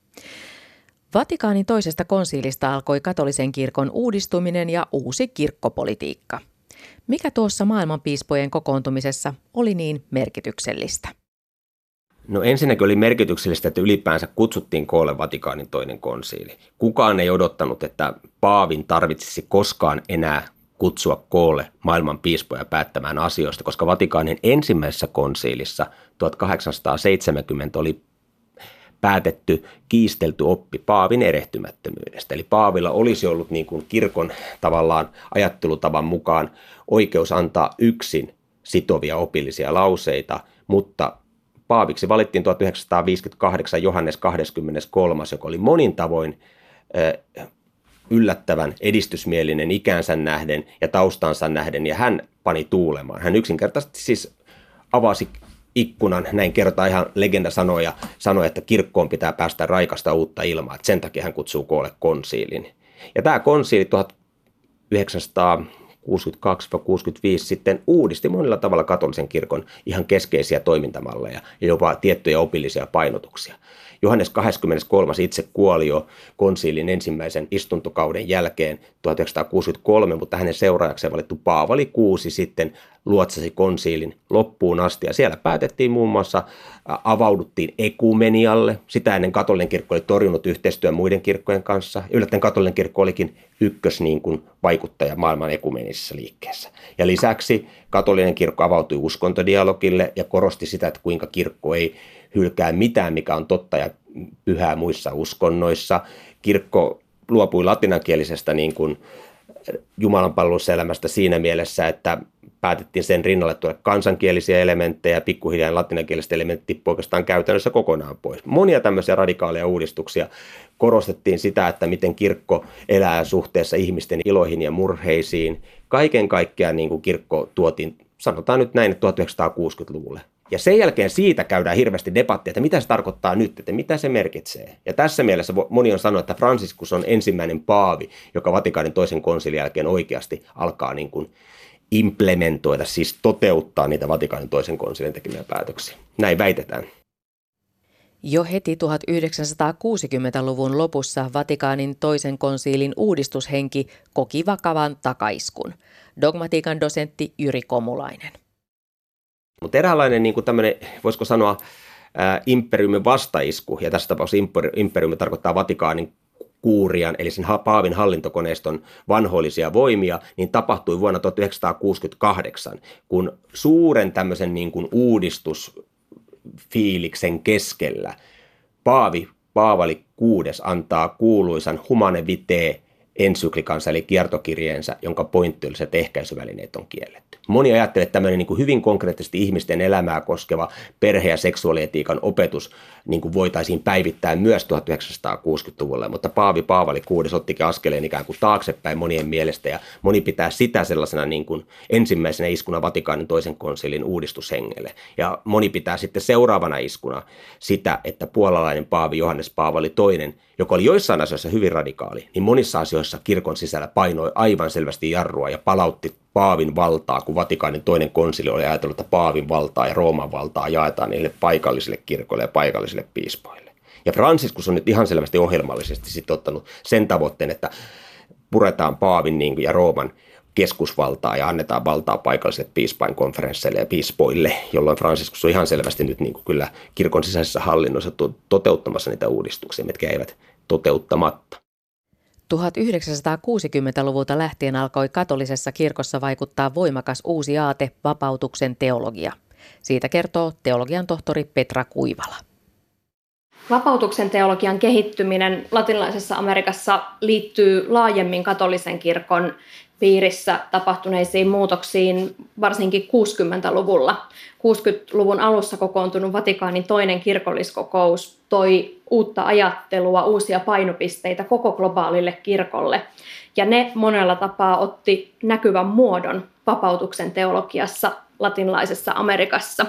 Vatikaanin toisesta konsiilista alkoi katolisen kirkon uudistuminen ja uusi kirkkopolitiikka. Mikä tuossa maailmanpiispojen kokoontumisessa oli niin merkityksellistä? No ensinnäkin oli merkityksellistä, että ylipäänsä kutsuttiin koolle Vatikaanin toinen konsiili. Kukaan ei odottanut, että paavin tarvitsisi koskaan enää kutsua koolle maailman piispoja päättämään asioista, koska Vatikaanin ensimmäisessä konsiilissa 1870 oli päätetty, kiistelty oppi paavin erehtymättömyydestä. Eli paavilla olisi ollut niin kuin kirkon tavallaan ajattelutavan mukaan oikeus antaa yksin sitovia opillisia lauseita, mutta paaviksi valittiin 1958 Johannes 23., joka oli monin tavoin yllättävän edistysmielinen ikänsä nähden ja taustansa nähden, ja hän pani tuulemaan. Hän yksinkertaisesti siis avasi ikkunan, näin kerrotaan ihan legendasanoja, sanoi, että kirkkoon pitää päästä raikasta uutta ilmaa, että sen takia hän kutsuu koolle konsiilin. Ja tämä konsiili 1962-65 sitten uudisti monella tavalla katolisen kirkon ihan keskeisiä toimintamalleja ja jopa tiettyjä opillisia painotuksia. Johannes 23. itse kuoli jo konsiilin ensimmäisen istuntokauden jälkeen 1963, mutta hänen seuraajakseen valittu Paavali VI sitten luotsasi konsiilin loppuun asti. Ja siellä päätettiin muun muassa, avauduttiin ekumenialle. Sitä ennen katolinen kirkko oli torjunut yhteistyön muiden kirkkojen kanssa. Yllättäen katolinen kirkko olikin ykkös niin kuin vaikuttaja maailman ekumenisessa liikkeessä. Ja lisäksi katolinen kirkko avautui uskontodialogille ja korosti sitä, että kuinka kirkko ei hylkää mitään, mikä on totta ja pyhää muissa uskonnoissa. Kirkko luopui latinankielisestä niin kuin jumalanpalveluselämästä siinä mielessä, että päätettiin sen rinnalle tuoda kansankielisiä elementtejä ja pikkuhiljaa latinankieliset elementit tippuivat oikeastaan käytännössä kokonaan pois. Monia tämmöisiä radikaaleja uudistuksia. Korostettiin sitä, että miten kirkko elää suhteessa ihmisten iloihin ja murheisiin. Kaiken kaikkiaan niin kuin kirkko tuotiin, sanotaan nyt näin, 1960-luvulle. Ja sen jälkeen siitä käydään hirveästi debattia, että mitä se tarkoittaa nyt, että mitä se merkitsee. Ja tässä mielessä moni on sanonut, että Franciscus on ensimmäinen paavi, joka Vatikaanin toisen konsilin jälkeen oikeasti alkaa niin kuin implementoida, siis toteuttaa niitä Vatikaanin toisen konsilin tekemiä päätöksiä. Näin väitetään. Jo heti 1960-luvun lopussa Vatikaanin toisen konsiilin uudistushenki koki vakavan takaiskun. Dogmatiikan dosentti Jyri Komulainen. Mutta eräänlainen niin kuin tämmöinen, voisiko sanoa, imperiumin vastaisku, ja tässä tapauksessa imperiumi tarkoittaa Vatikaanin kuurian, eli sen paavin hallintokoneiston vanhoillisia voimia, niin tapahtui vuonna 1968, kun suuren tämmöisen niin kuin uudistusfiiliksen keskellä Paavali VI antaa kuuluisan Humane Vitae ensyklikansa eli kiertokirjeensä, jonka pointti oli se, että ehkäisyvälineet on kielletty. Moni ajattelee, että tämmöinen niin kuin hyvin konkreettisesti ihmisten elämää koskeva perhe- ja seksuaalietiikan opetus niin kuin voitaisiin päivittää myös 1960-luvulla, mutta Paavi Paavali VI ottikin askeleen ikään kuin taaksepäin monien mielestä, ja moni pitää sitä sellaisena niin kuin ensimmäisenä iskuna Vatikaanin toisen konsilin uudistushengelle. Ja moni pitää sitten seuraavana iskuna sitä, että puolalainen Paavi Johannes Paavali II, joka oli joissain asioissa hyvin radikaali, niin monissa asioissa kirkon sisällä painoi aivan selvästi jarrua ja palautti paavin valtaa, kun Vatikaanin toinen konsili oli ajatellut, että paavin valtaa ja Rooman valtaa jaetaan niille paikallisille kirkoille ja paikallisille piispoille. Ja Franciscus on nyt ihan selvästi ohjelmallisesti sitten ottanut sen tavoitteen, että puretaan paavin ja Rooman keskusvaltaa ja annetaan valtaa paikallisille piispainkonferensseille ja piispoille, jolloin Franciscus on ihan selvästi nyt niin kuin kyllä kirkon sisäisessä hallinnossa toteuttamassa niitä uudistuksia, mitkä eivät toteuttamatta. 1960-luvulta lähtien alkoi katolisessa kirkossa vaikuttaa voimakas uusi aate, vapautuksen teologia. Siitä kertoo teologian tohtori Petra Kuivala. Vapautuksen teologian kehittyminen latinalaisessa Amerikassa liittyy laajemmin katolisen kirkon piirissä tapahtuneisiin muutoksiin varsinkin 60-luvulla. 60-luvun alussa kokoontunut Vatikaanin toinen kirkolliskokous toi uutta ajattelua, uusia painopisteitä koko globaalille kirkolle. Ja ne monella tapaa otti näkyvän muodon vapautuksen teologiassa latinalaisessa Amerikassa.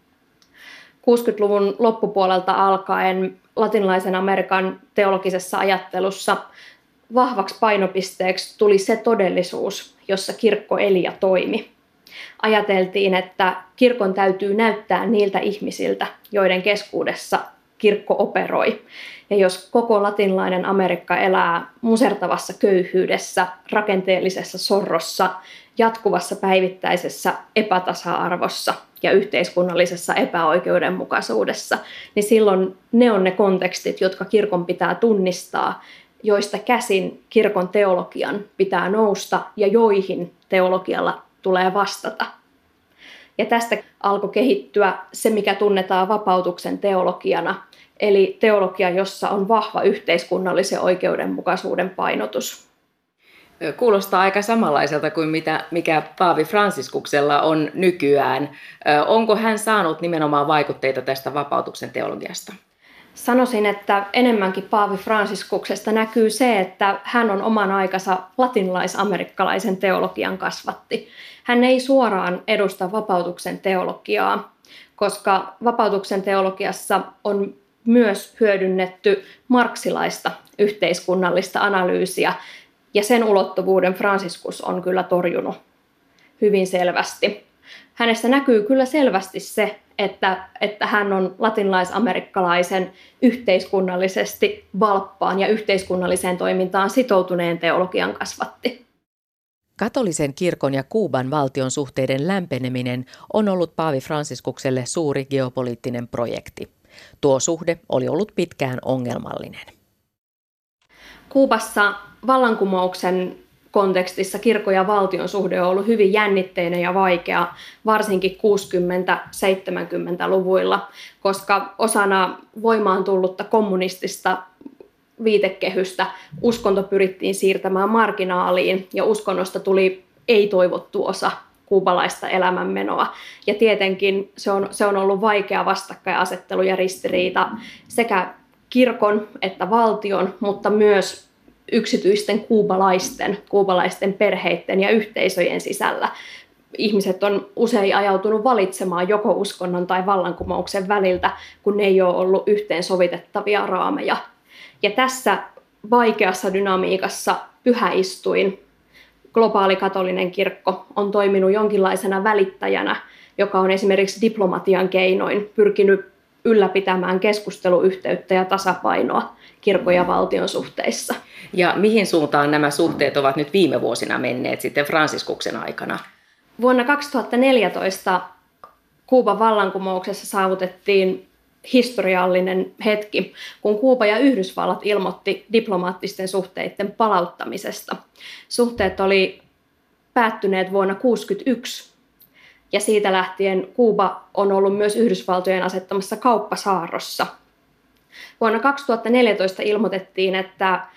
60-luvun loppupuolelta alkaen latinalaisen Amerikan teologisessa ajattelussa vahvaksi painopisteeksi tuli se todellisuus, jossa kirkko eli ja toimi. Ajateltiin, että kirkon täytyy näyttää niiltä ihmisiltä, joiden keskuudessa kirkko operoi. Ja jos koko latinalainen Amerikka elää musertavassa köyhyydessä, rakenteellisessa sorrossa, jatkuvassa päivittäisessä epätasa-arvossa ja yhteiskunnallisessa epäoikeudenmukaisuudessa, niin silloin ne on ne kontekstit, jotka kirkon pitää tunnistaa, joista käsin kirkon teologian pitää nousta ja joihin teologialla tulee vastata. Ja tästä alkoi kehittyä se, mikä tunnetaan vapautuksen teologiana, eli teologia, jossa on vahva yhteiskunnallisen oikeudenmukaisuuden painotus. Kuulostaa aika samanlaiselta kuin mikä Paavi Franciscuksella on nykyään. Onko hän saanut nimenomaan vaikutteita tästä vapautuksen teologiasta? Sanoisin, että enemmänkin Paavi Franciscuksesta näkyy se, että hän on oman aikansa latinalais-amerikkalaisen teologian kasvatti. Hän ei suoraan edusta vapautuksen teologiaa, koska vapautuksen teologiassa on myös hyödynnetty marksilaista yhteiskunnallista analyysiä, ja sen ulottuvuuden Franciscus on kyllä torjunut hyvin selvästi. Hänessä näkyy kyllä selvästi se, että hän on latinalais-amerikkalaisen yhteiskunnallisesti valppaan ja yhteiskunnalliseen toimintaan sitoutuneen teologian kasvatti. Katolisen kirkon ja Kuuban valtion suhteiden lämpeneminen on ollut Paavi Franciscukselle suuri geopoliittinen projekti. Tuo suhde oli ollut pitkään ongelmallinen. Kuubassa vallankumouksen kontekstissa kirkon ja valtion suhde on ollut hyvin jännitteinen ja vaikea, varsinkin 60-70-luvuilla, koska osana voimaan tullutta kommunistista viitekehystä uskonto pyrittiin siirtämään marginaaliin ja uskonnosta tuli ei-toivottu osa kuubalaista elämänmenoa. Ja tietenkin se on ollut vaikea vastakkainasettelu ja ristiriita sekä kirkon että valtion, mutta myös yksityisten kuubalaisten perheiden ja yhteisöjen sisällä. Ihmiset on usein ajautunut valitsemaan joko uskonnon tai vallankumouksen väliltä, kun ne ei ole ollut yhteensovitettavia raameja. Ja tässä vaikeassa dynamiikassa pyhäistuin, globaali katolinen kirkko, on toiminut jonkinlaisena välittäjänä, joka on esimerkiksi diplomatian keinoin pyrkinyt ylläpitämään keskusteluyhteyttä ja tasapainoa kirkon ja valtion suhteissa. Ja mihin suuntaan nämä suhteet ovat nyt viime vuosina menneet sitten Franciscuksen aikana? Vuonna 2014 Kuuban vallankumouksessa saavutettiin historiallinen hetki, kun Kuuba ja Yhdysvallat ilmoitti diplomaattisten suhteiden palauttamisesta. Suhteet oli päättyneet vuonna 1961 ja siitä lähtien Kuuba on ollut myös Yhdysvaltojen asettamassa kauppasaarrossa. Vuonna 2014 ilmoitettiin, että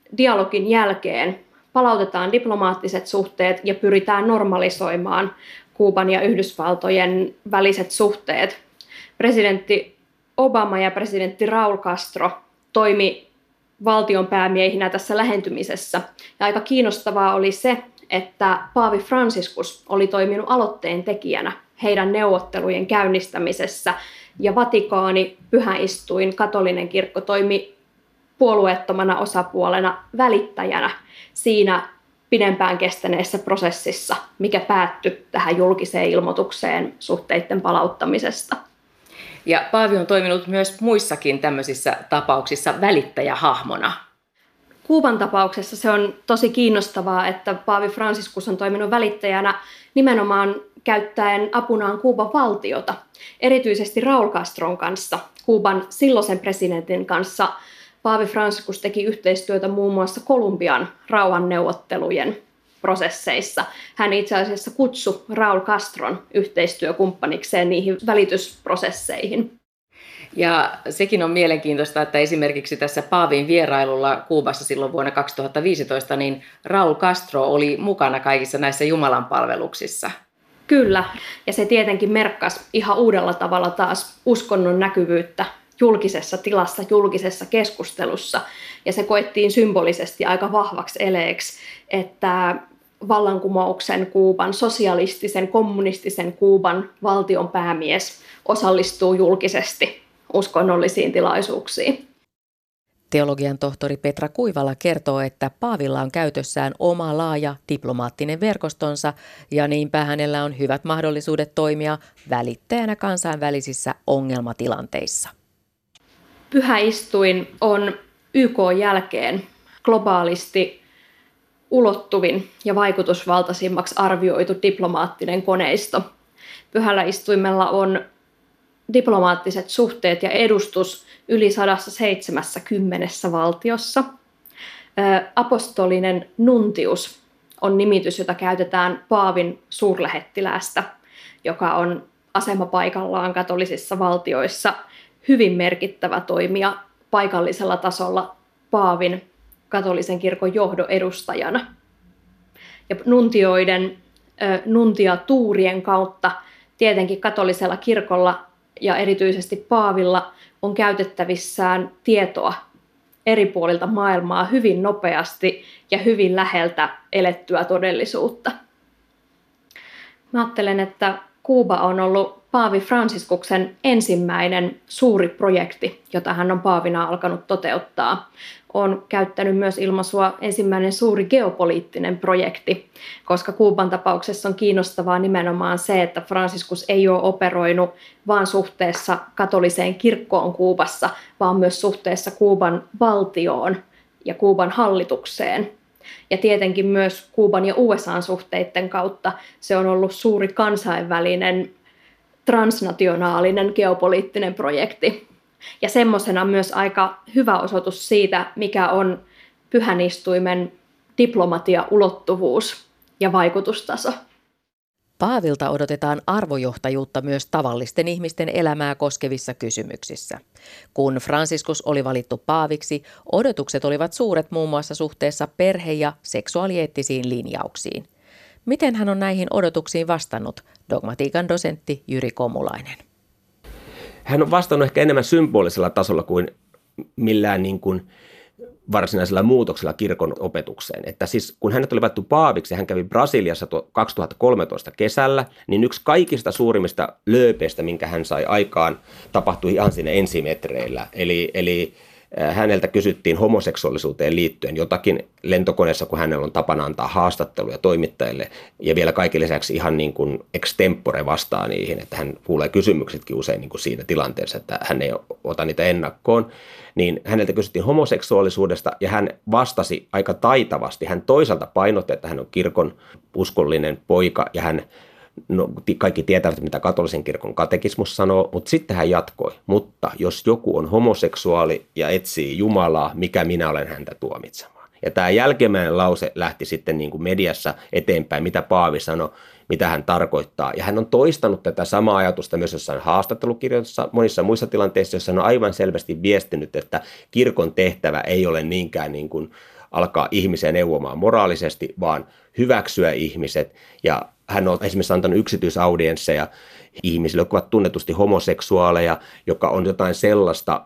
dialogin jälkeen palautetaan diplomaattiset suhteet ja pyritään normalisoimaan Kuuban ja Yhdysvaltojen väliset suhteet. Presidentti Obama ja presidentti Raúl Castro toimi valtionpäämiehinä tässä lähentymisessä. Ja aika kiinnostavaa oli se, että paavi Franciscus oli toiminut aloitteen tekijänä heidän neuvottelujen käynnistämisessä, ja Vatikaani, Pyhäistuin, katolinen kirkko toimi puolueettomana osapuolena välittäjänä siinä pidempään kestäneessä prosessissa, mikä päättyi tähän julkiseen ilmoitukseen suhteiden palauttamisesta. Ja paavi on toiminut myös muissakin tämmöisissä tapauksissa välittäjähahmona. Kuuban tapauksessa se on tosi kiinnostavaa, että paavi Franciscus on toiminut välittäjänä nimenomaan käyttäen apunaan Kuuban valtiota. Erityisesti Raúl Castron kanssa, Kuuban silloisen presidentin kanssa, paavi Franciscus teki yhteistyötä muun muassa Kolumbian rauhanneuvottelujen prosesseissa. Hän itse asiassa kutsui Raúl Castron yhteistyökumppanikseen niihin välitysprosesseihin. Ja sekin on mielenkiintoista, että esimerkiksi tässä paavin vierailulla Kuubassa silloin vuonna 2015, niin Raúl Castro oli mukana kaikissa näissä jumalanpalveluksissa. Kyllä, ja se tietenkin merkkasi ihan uudella tavalla taas uskonnon näkyvyyttä julkisessa tilassa, julkisessa keskustelussa. Ja se koettiin symbolisesti aika vahvaksi eleeksi, että vallankumouksen Kuuban, sosialistisen, kommunistisen Kuuban valtion päämies osallistuu julkisesti uskonnollisiin tilaisuuksiin. Teologian tohtori Petra Kuivala kertoo, että paavilla on käytössään oma laaja diplomaattinen verkostonsa ja niinpä hänellä on hyvät mahdollisuudet toimia välittäjänä kansainvälisissä ongelmatilanteissa. Pyhäistuin on YK:n jälkeen globaalisti ulottuvin ja vaikutusvaltaisimmaksi arvioitu diplomaattinen koneisto. Pyhällä istuimella on diplomaattiset suhteet ja edustus yli 170 valtiossa. Apostolinen nuntius on nimitys, jota käytetään paavin suurlähettiläästä, joka on asemapaikallaan katolisissa valtioissa hyvin merkittävä toimija paikallisella tasolla paavin katolisen kirkon johdon edustajana. Ja nuntioiden, nuntiatuurien kautta tietenkin katolisella kirkolla ja erityisesti paavilla on käytettävissään tietoa eri puolilta maailmaa hyvin nopeasti ja hyvin läheltä elettyä todellisuutta. Mä ajattelen, että Kuuba on ollut paavi Franciscuksen ensimmäinen suuri projekti, jota hän on paavina alkanut toteuttaa. On käyttänyt myös ilmaisua ensimmäinen suuri geopoliittinen projekti, koska Kuuban tapauksessa on kiinnostavaa nimenomaan se, että Franciscus ei ole operoinut vain suhteessa katoliseen kirkkoon Kuubassa, vaan myös suhteessa Kuuban valtioon ja Kuuban hallitukseen. Ja tietenkin myös Kuuban ja USA:n suhteiden kautta se on ollut suuri kansainvälinen, transnationaalinen geopoliittinen projekti. Ja semmoisena myös aika hyvä osoitus siitä, mikä on Pyhän istuimen diplomatia-ulottuvuus ja vaikutustaso. Paavilta odotetaan arvojohtajuutta myös tavallisten ihmisten elämää koskevissa kysymyksissä. Kun Franciscus oli valittu paaviksi, odotukset olivat suuret muun muassa suhteessa perhe- ja seksuaalieettisiin linjauksiin. Miten hän on näihin odotuksiin vastannut, dogmatiikan dosentti Jyri Komulainen? Hän on vastannut ehkä enemmän symbolisella tasolla kuin millään varsinaisella muutoksella kirkon opetukseen. Että siis kun hänet oli valittu paaviksi ja hän kävi Brasiliassa 2013 kesällä, niin yksi kaikista suurimmista lööpeistä, minkä hän sai aikaan, tapahtui ihan sinne ensimetreillä. Eli häneltä kysyttiin homoseksuaalisuuteen liittyen jotakin lentokoneessa, kun hänellä on tapana antaa haastatteluja toimittajille ja vielä kaiken lisäksi ihan niin kuin extempore vastaa niihin, että hän kuulee kysymyksetkin usein niin kuin siinä tilanteessa, että hän ei ota niitä ennakkoon. Niin häneltä kysyttiin homoseksuaalisuudesta ja hän vastasi aika taitavasti. Hän toisaalta painotti, että hän on kirkon uskollinen poika ja kaikki tietävät, mitä katolisen kirkon katekismus sanoo, mutta sitten hän jatkoi. Mutta jos joku on homoseksuaali ja etsii Jumalaa, mikä minä olen häntä tuomitsemaan. Ja tämä jälkimmäinen lause lähti sitten niin kuin mediassa eteenpäin, mitä paavi sanoi, mitä hän tarkoittaa. Ja hän on toistanut tätä samaa ajatusta myös jossain haastattelukirjoitussa, monissa muissa tilanteissa, joissa hän on aivan selvästi viestinyt, että kirkon tehtävä ei ole niinkään niin kuin alkaa ihmisiä neuvomaan moraalisesti, vaan hyväksyä ihmiset. Ja hän on esimerkiksi antanut yksityisaudiensseja ihmisille, jotka ovat tunnetusti homoseksuaaleja, joka on jotain sellaista,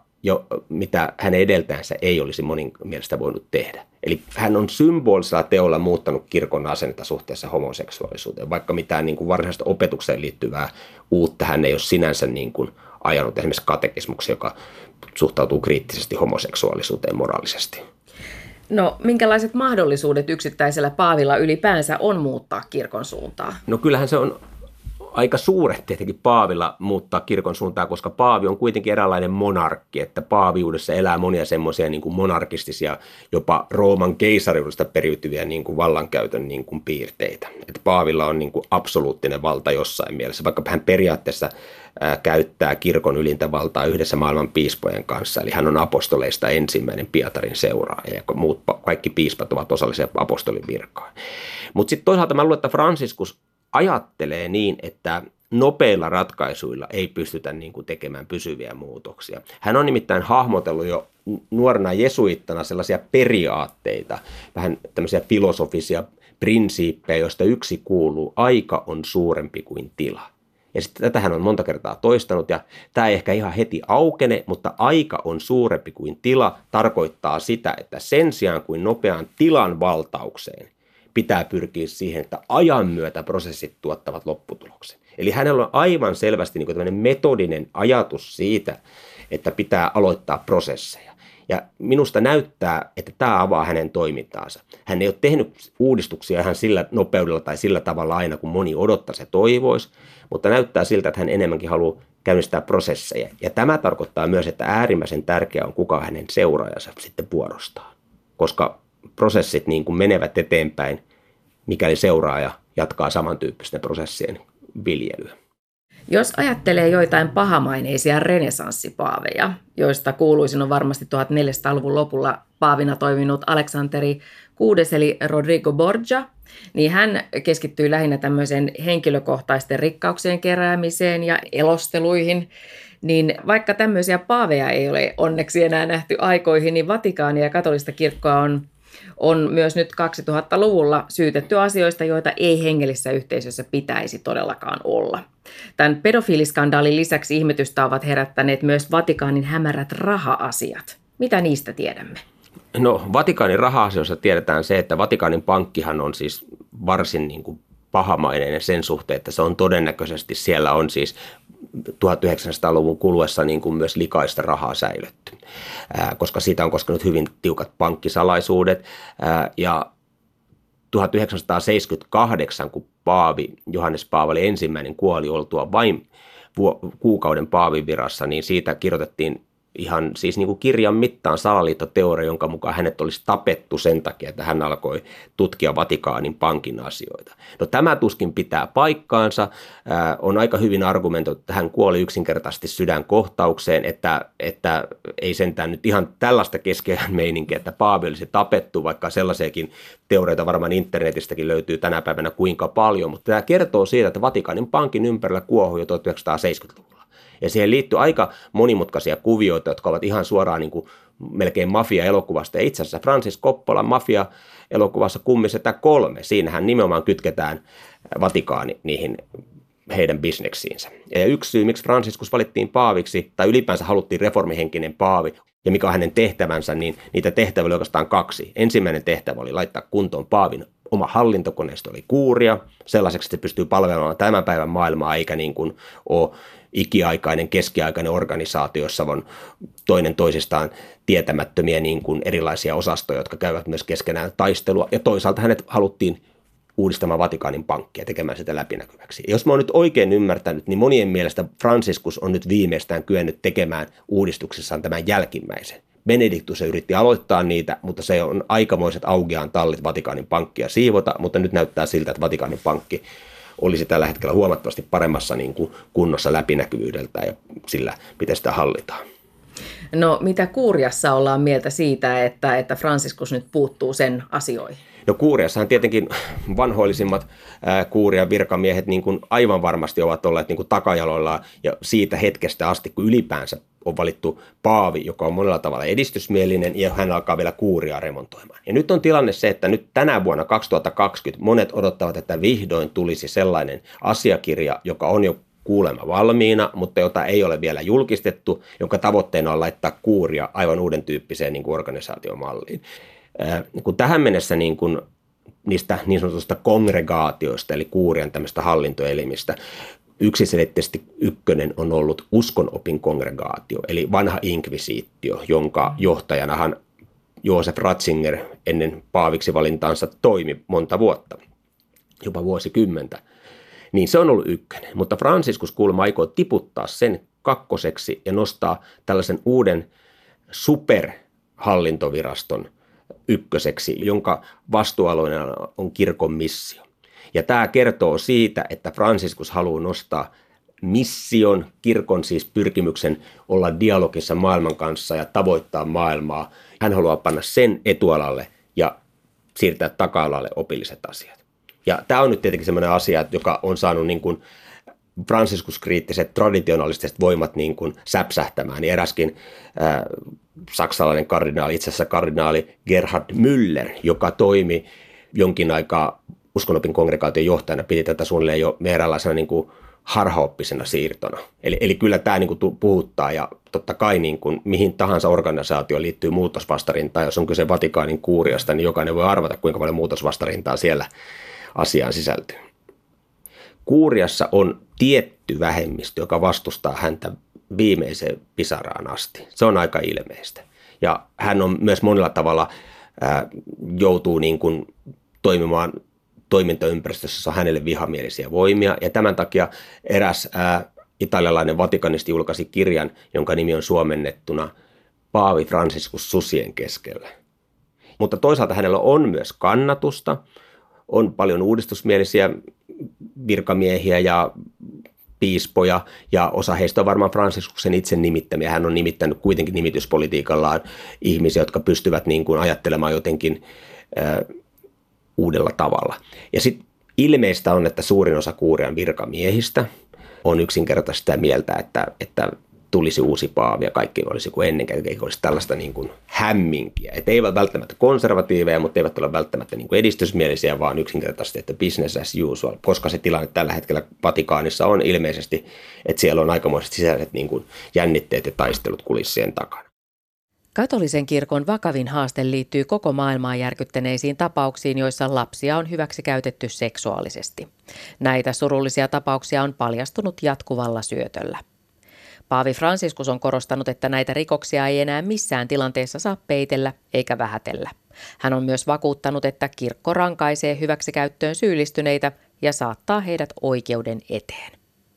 mitä hänen edeltäjänsä ei olisi monin mielestä voinut tehdä. Eli hän on symbolisella teolla muuttanut kirkon asennetta suhteessa homoseksuaalisuuteen, vaikka mitään niin kuin varsinaista opetukseen liittyvää uutta hän ei ole sinänsä niin kuin ajanut esimerkiksi katekismuksi, joka suhtautuu kriittisesti homoseksuaalisuuteen moraalisesti. No, minkälaiset mahdollisuudet yksittäisellä paavilla ylipäänsä on muuttaa kirkon suuntaa? No kyllähän se on aika suuret tietenkin paavilla muuttaa kirkon suuntaa, koska paavi on kuitenkin eräänlainen monarkki, että paaviudessa elää monia semmoisia niin kuin monarkistisia, jopa Rooman keisariudesta periytyviä niin kuin vallankäytön niin kuin piirteitä. Että paavilla on niin kuin absoluuttinen valta jossain mielessä, vaikka hän periaatteessa käyttää kirkon ylintä valtaa yhdessä maailman piispojen kanssa, eli hän on apostoleista ensimmäinen Pietarin seuraaja, ja kaikki piispat ovat osallisia apostolin virkaan. Mutta sitten toisaalta mä luulen, että Franciscus ajattelee niin, että nopeilla ratkaisuilla ei pystytä niin kuin tekemään pysyviä muutoksia. Hän on nimittäin hahmotellut jo nuorena jesuittana sellaisia periaatteita, vähän tämmöisiä filosofisia prinsiippejä, joista yksi kuuluu: aika on suurempi kuin tila. Ja sitten tätä hän on monta kertaa toistanut, ja tämä ei ehkä ihan heti aukene, mutta aika on suurempi kuin tila tarkoittaa sitä, että sen sijaan kuin nopeaan tilan valtaukseen pitää pyrkiä siihen, että ajan myötä prosessit tuottavat lopputuloksen. Eli hänellä on aivan selvästi niin kuin tämmöinen metodinen ajatus siitä, että pitää aloittaa prosesseja. Ja minusta näyttää, että tämä avaa hänen toimintaansa. Hän ei ole tehnyt uudistuksia ihan sillä nopeudella tai sillä tavalla aina, kun moni odottaisi ja toivoisi, mutta näyttää siltä, että hän enemmänkin haluaa käynnistää prosesseja. Ja tämä tarkoittaa myös, että äärimmäisen tärkeää on, kuka hänen seuraajansa sitten vuorostaa, koska prosessit niin kuin menevät eteenpäin, mikäli seuraaja jatkaa samantyyppisten prosessien viljelyä. Jos ajattelee joitain pahamaineisia renesanssipaaveja, joista kuuluisin on varmasti 1400-luvun lopulla paavina toiminut Aleksanteri VI eli Rodrigo Borgia, niin hän keskittyi lähinnä tämmöisen henkilökohtaisten rikkauksien keräämiseen ja elosteluihin. Niin vaikka tämmöisiä paaveja ei ole onneksi enää nähty aikoihin, niin Vatikaania ja katolista kirkkoa on myös nyt 2000-luvulla syytetty asioista, joita ei hengellisessä yhteisössä pitäisi todellakaan olla. Tämän pedofiiliskandaalin lisäksi ihmetystä ovat herättäneet myös Vatikaanin hämärät raha-asiat. Mitä niistä tiedämme? No, Vatikaanin raha-asioissa tiedetään se, että Vatikaanin pankkihan on siis varsin niin kuin pahamaineinen sen suhteen, että se on todennäköisesti, siellä on siis 1900-luvun kuluessa niin kuin myös likaista rahaa säilytty, koska siitä on koskenut hyvin tiukat pankkisalaisuudet. Ja 1978, kun paavi Johannes Paavali ensimmäinen kuoli oltua vain kuukauden paavin virassa, niin siitä kirjoitettiin ihan siis niin kuin kirjan mittaan salaliittoteoria, jonka mukaan hänet olisi tapettu sen takia, että hän alkoi tutkia Vatikaanin pankin asioita. No tämä tuskin pitää paikkaansa. On aika hyvin argumentoitu, että hän kuoli yksinkertaisesti sydänkohtaukseen, että ei sentään nyt ihan tällaista keskeään meininkiä, että paavi olisi tapettu, vaikka sellaisiakin teorioita varmaan internetistäkin löytyy tänä päivänä kuinka paljon, mutta tämä kertoo siitä, että Vatikaanin pankin ympärillä kuohui jo 1970-luvulla. Ja siihen liittyy aika monimutkaisia kuvioita, jotka ovat ihan suoraan niin kuin melkein mafia-elokuvasta. Ja itse asiassa Francis Coppolan mafia-elokuvassa Kummisetä 3, siinähän nimenomaan kytketään Vatikaani niihin heidän bisneksiinsä. Ja yksi syy, miksi Franciscus valittiin paaviksi, tai ylipäänsä haluttiin reformihenkinen paavi, ja mikä on hänen tehtävänsä, niin niitä tehtäviä oli oikeastaan kaksi. Ensimmäinen tehtävä oli laittaa kuntoon paavin oma hallintokoneisto, oli kuuria, sellaiseksi, että se pystyy palvelemaan tämän päivän maailmaa, eikä niin kuin ole ikiaikainen, keskiaikainen organisaatio, jossa on toinen toisistaan tietämättömiä niin kuin erilaisia osastoja, jotka käyvät myös keskenään taistelua. Ja toisaalta hänet haluttiin uudistamaan Vatikaanin pankkia, tekemään sitä läpinäkyväksi. Ja jos mä oon nyt oikein ymmärtänyt, niin monien mielestä Franciscus on nyt viimeistään kyennyt tekemään uudistuksessaan tämän jälkimmäisen. Benediktus yritti aloittaa niitä, mutta se on aikamoiset augeaan tallit Vatikaanin pankkia siivota, mutta nyt näyttää siltä, että Vatikaanin pankki olisi tällä hetkellä huomattavasti paremmassa niin kuin kunnossa läpinäkyvyydeltä ja sillä, miten sitä hallitaan. No mitä Kuuriassa ollaan mieltä siitä, että Franciscus nyt puuttuu sen asioihin? No Kuuriassahan tietenkin vanhoillisimmat Kuurian virkamiehet niin kuin aivan varmasti ovat olleet niin kuin takajaloillaan ja siitä hetkestä asti, kun ylipäänsä on valittu paavi, joka on monella tavalla edistysmielinen ja hän alkaa vielä Kuuriaa remontoimaan. Ja nyt on tilanne se, että nyt tänä vuonna 2020 monet odottavat, että vihdoin tulisi sellainen asiakirja, joka on jo kuulemma valmiina, mutta jota ei ole vielä julkistettu, jonka tavoitteena on laittaa Kuuria aivan uuden tyyppiseen niin kuin organisaatiomalliin. Kun tähän mennessä niin kun niistä niin sanotusta kongregaatioista, eli Kuurian tämmöistä hallintoelimistä, yksiselitteisesti ykkönen on ollut uskonopin kongregaatio, eli vanha inkvisiittio, jonka johtajanahan Josef Ratzinger ennen paaviksi valintaansa toimi monta vuotta, jopa vuosikymmentä. Niin se on ollut ykkönen, mutta Franciscus kuulemma aikoo tiputtaa sen kakkoseksi ja nostaa tällaisen uuden superhallintoviraston ykköseksi, jonka vastuualueena on kirkon missio. Ja tämä kertoo siitä, että Franciscus haluaa nostaa mission, kirkon siis pyrkimyksen olla dialogissa maailman kanssa ja tavoittaa maailmaa. Hän haluaa panna sen etualalle ja siirtää taka-alalle opilliset asiat. Ja tämä on nyt tietenkin sellainen asia, joka on saanut niin kuin Franciscus-kriittiset traditionalistiset voimat niin kuin säpsähtämään. Niin eräskin saksalainen kardinaali, itse asiassa kardinaali Gerhard Müller, joka toimi jonkin aikaa uskonopin kongregaation johtajana, piti tätä suunnilleen jo eräänlaisena niin kuin harhaoppisena siirtona. Eli kyllä tämä niin kuin puhuttaa ja totta kai niin kuin mihin tahansa organisaatioon liittyy muutosvastarintaa. Jos on kyse Vatikaanin kuuriasta, niin jokainen voi arvata, kuinka paljon muutosvastarintaa siellä asiaan sisältyy. Kuuriassa on tietty vähemmistö, joka vastustaa häntä viimeiseen pisaraan asti. Se on aika ilmeistä. Ja hän on myös monella tavalla joutuu niin kuin toimimaan toimintaympäristössä, jossa on hänelle vihamielisiä voimia. Ja tämän takia eräs italialainen vatikanisti julkaisi kirjan, jonka nimi on suomennettuna Paavi Franciscus susien keskellä. Mutta toisaalta hänellä on myös kannatusta. On paljon uudistusmielisiä virkamiehiä ja piispoja, ja osa heistä on varmaan Franciscuksen itse nimittämiä. Hän on nimittänyt kuitenkin nimityspolitiikallaan ihmisiä, jotka pystyvät niin kuin ajattelemaan jotenkin uudella tavalla. Ja sitten ilmeistä on, että suurin osa Kuurian virkamiehistä on yksinkertaisesti sitä mieltä, että tulisi uusi paavi ja kaikki olisi kuin ennen, eikä olisi tällaista niin kuin hämminkiä. Että eivät välttämättä konservatiiveja, mutta eivät ole välttämättä niin kuin edistysmielisiä, vaan yksinkertaisesti, että business as usual, koska se tilanne tällä hetkellä Vatikaanissa on ilmeisesti, että siellä on aikamoiset sisäiset niin kuin jännitteet ja taistelut kulissien takana. Katolisen kirkon vakavin haaste liittyy koko maailmaa järkyttäneisiin tapauksiin, joissa lapsia on hyväksikäytetty seksuaalisesti. Näitä surullisia tapauksia on paljastunut jatkuvalla syötöllä. Paavi Franciscus on korostanut, että näitä rikoksia ei enää missään tilanteessa saa peitellä eikä vähätellä. Hän on myös vakuuttanut, että kirkko rankaisee hyväksikäyttöön syyllistyneitä ja saattaa heidät oikeuden eteen.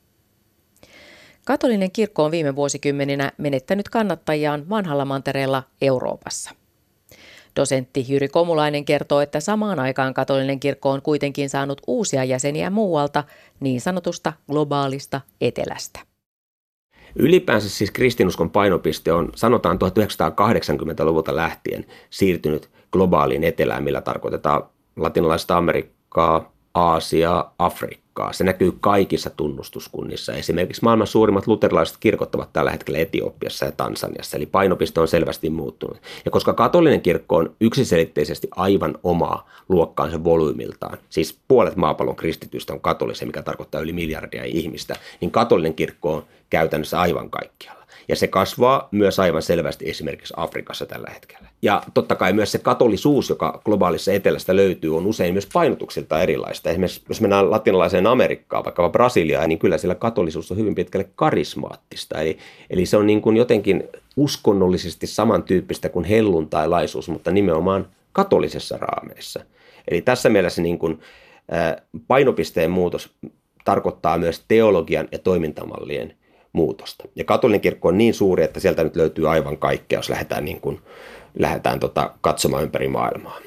Katolinen kirkko on viime vuosikymmeninä menettänyt kannattajiaan vanhalla mantereella Euroopassa. Dosentti Jyri Komulainen kertoo, että samaan aikaan katolinen kirkko on kuitenkin saanut uusia jäseniä muualta, niin sanotusta globaalista etelästä. Ylipäänsä siis kristinuskon painopiste on, sanotaan 1980-luvulta lähtien, siirtynyt globaaliin etelään, millä tarkoitetaan latinalaista Amerikkaa, Aasiaa, Afrikkaa. Se näkyy kaikissa tunnustuskunnissa. Esimerkiksi maailman suurimmat luterilaiset kirkot ovat tällä hetkellä Etiopiassa ja Tansaniassa, eli painopiste on selvästi muuttunut. Ja koska katolinen kirkko on yksiselitteisesti aivan omaa luokkaansa volyymiltaan, siis puolet maapallon kristityistä on katolisia, mikä tarkoittaa yli miljardia ihmistä, niin katolinen kirkko on käytännössä aivan kaikkialla. Ja se kasvaa myös aivan selvästi esimerkiksi Afrikassa tällä hetkellä. Ja totta kai myös se katolisuus, joka globaalissa etelästä löytyy, on usein myös painotuksilta erilaista. Esimerkiksi jos mennään latinalaiseen Amerikkaan, vaikka Brasiliaan, niin kyllä siellä katolisuus on hyvin pitkälle karismaattista. Eli se on niin kuin jotenkin uskonnollisesti samantyyppistä kuin helluntailaisuus, mutta nimenomaan katolisessa raameissa. Eli tässä mielessä niin kuin painopisteen muutos tarkoittaa myös teologian ja toimintamallien muutosta. Ja katolinen kirkko on niin suuri, että sieltä nyt löytyy aivan kaikkea, jos lähdetään katsomaan ympäri maailmaa.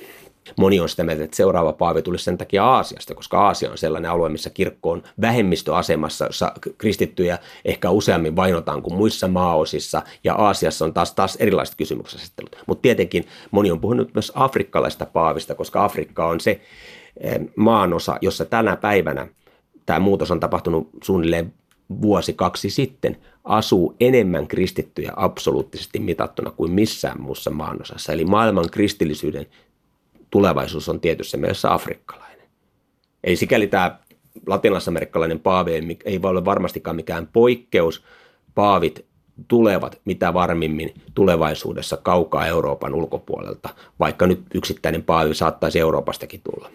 Moni on sitä mieltä, että seuraava paavi tulisi sen takia Aasiasta, koska Aasia on sellainen alue, missä kirkko on vähemmistöasemassa, jossa kristittyjä ehkä useammin vainotaan kuin muissa maaosissa, ja Aasiassa on taas erilaiset kysymykset. Mutta tietenkin moni on puhunut myös afrikkalaista paavista, koska Afrikka on se maanosa, jossa tänä päivänä tämä muutos on tapahtunut suunnilleen vuosi 2 sitten, asuu enemmän kristittyjä absoluuttisesti mitattuna kuin missään muussa maanosassa. Eli maailman kristillisyyden tulevaisuus on tietyssä mielessä afrikkalainen. Eli sikäli tämä latinalaisamerikkalainen paavi ei voi olla varmastikaan mikään poikkeus. Paavit tulevat mitä varmimmin tulevaisuudessa kaukaa Euroopan ulkopuolelta, vaikka nyt yksittäinen paavi saattaisi Euroopastakin tulla.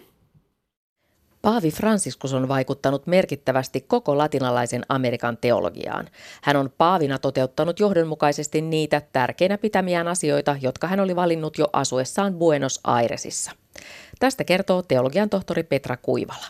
Paavi Franciscus on vaikuttanut merkittävästi koko latinalaisen Amerikan teologiaan. Hän on paavina toteuttanut johdonmukaisesti niitä tärkeinä pitämiään asioita, jotka hän oli valinnut jo asuessaan Buenos Airesissa. Tästä kertoo teologian tohtori Petra Kuivala.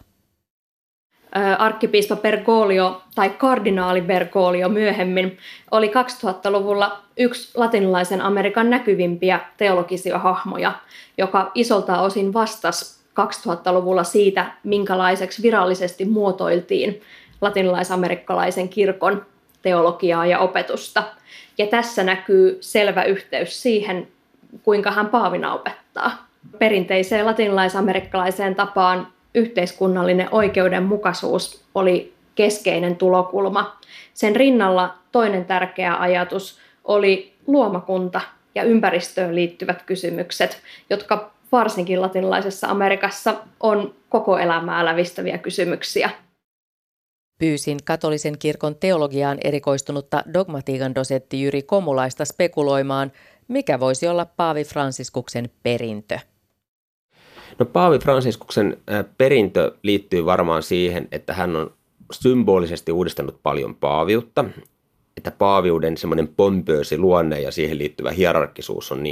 Arkkipiispa Bergoglio tai kardinaali Bergoglio myöhemmin oli 2000-luvulla yksi latinalaisen Amerikan näkyvimpiä teologisia hahmoja, joka isolta osin vastasi 2000-luvulla siitä, minkälaiseksi virallisesti muotoiltiin latinalaisamerikkalaisen kirkon teologiaa ja opetusta. Ja tässä näkyy selvä yhteys siihen, kuinka hän paavina opettaa. Perinteiseen latinalaisamerikkalaiseen tapaan yhteiskunnallinen oikeudenmukaisuus oli keskeinen tulokulma. Sen rinnalla toinen tärkeä ajatus oli luomakunta ja ympäristöön liittyvät kysymykset, jotka varsinkin latinalaisessa Amerikassa on koko elämää lävistäviä kysymyksiä. Pyysin katolisen kirkon teologiaan erikoistunutta dogmatiikan dosentti Jyri Komulaista spekuloimaan, mikä voisi olla paavi Franciscuksen perintö. No, paavi Franciscuksen perintö liittyy varmaan siihen, että hän on symbolisesti uudistanut paljon paaviutta, että paaviuden semmoinen pompöösi luonne ja siihen liittyvä hierarkkisuus on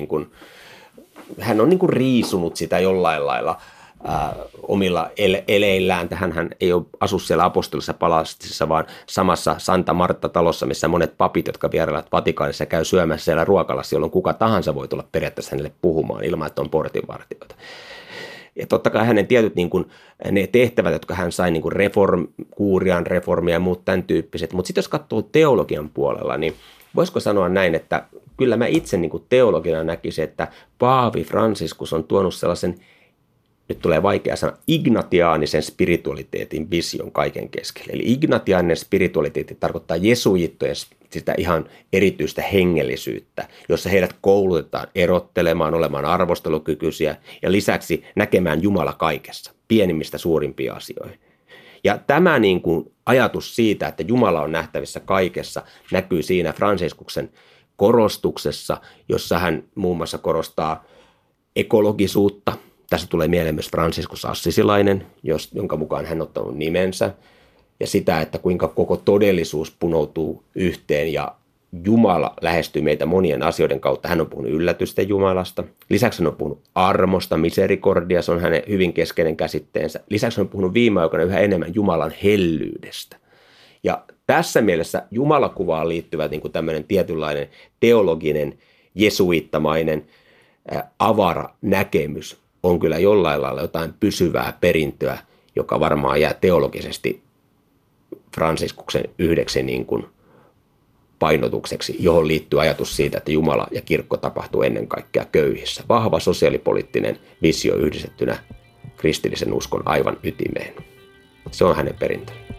hän on riisunut sitä jollain lailla omilla eleillään. Hän ei ole asu siellä apostolisessa palastisessa, vaan samassa Santa Marta-talossa, missä monet papit, jotka vierailevat Vatikaanissa, käy syömässä siellä ruokalassa, jolloin kuka tahansa voi tulla periaatteessa hänelle puhumaan ilman, että on portinvartijoita. Ja totta kai hänen tietyt ne tehtävät, jotka hän sai kuurian reformia ja muut tämän tyyppiset. Mutta sitten jos katsoo teologian puolella, niin voisiko sanoa näin, että kyllä mä itse teologina näkisin, että paavi Franciscus on tuonut sellaisen, nyt tulee vaikea sana, ignatiaanisen spiritualiteetin vision kaiken keskelle. Eli ignatiaaninen spiritualiteetti tarkoittaa jesuittojen sitä ihan erityistä hengellisyyttä, jossa heidät koulutetaan erottelemaan, olemaan arvostelukykyisiä ja lisäksi näkemään Jumala kaikessa, pienimmistä suurimpiin asioihin. Ja tämä ajatus siitä, että Jumala on nähtävissä kaikessa, näkyy siinä Franciscuksen korostuksessa, jossa hän muun muassa korostaa ekologisuutta. Tässä tulee mieleen myös Franciscus Assisilainen, jonka mukaan hän on ottanut nimensä. Ja sitä, että kuinka koko todellisuus punoutuu yhteen ja Jumala lähestyy meitä monien asioiden kautta. Hän on puhunut yllätysten Jumalasta. Lisäksi hän on puhunut armosta, misericordia, se on hänen hyvin keskeinen käsitteensä. Lisäksi hän on puhunut viime aikoina yhä enemmän Jumalan hellyydestä. Ja tässä mielessä Jumalakuvaan liittyvä tämmöinen tietynlainen teologinen, jesuittamainen, avara näkemys on kyllä jollain lailla jotain pysyvää perintöä, joka varmaan jää teologisesti Franciscuksen yhdeksi painotukseksi, johon liittyy ajatus siitä, että Jumala ja kirkko tapahtuu ennen kaikkea köyhissä. Vahva sosiaalipoliittinen visio yhdistettynä kristillisen uskon aivan ytimeen. Se on hänen perintönsä.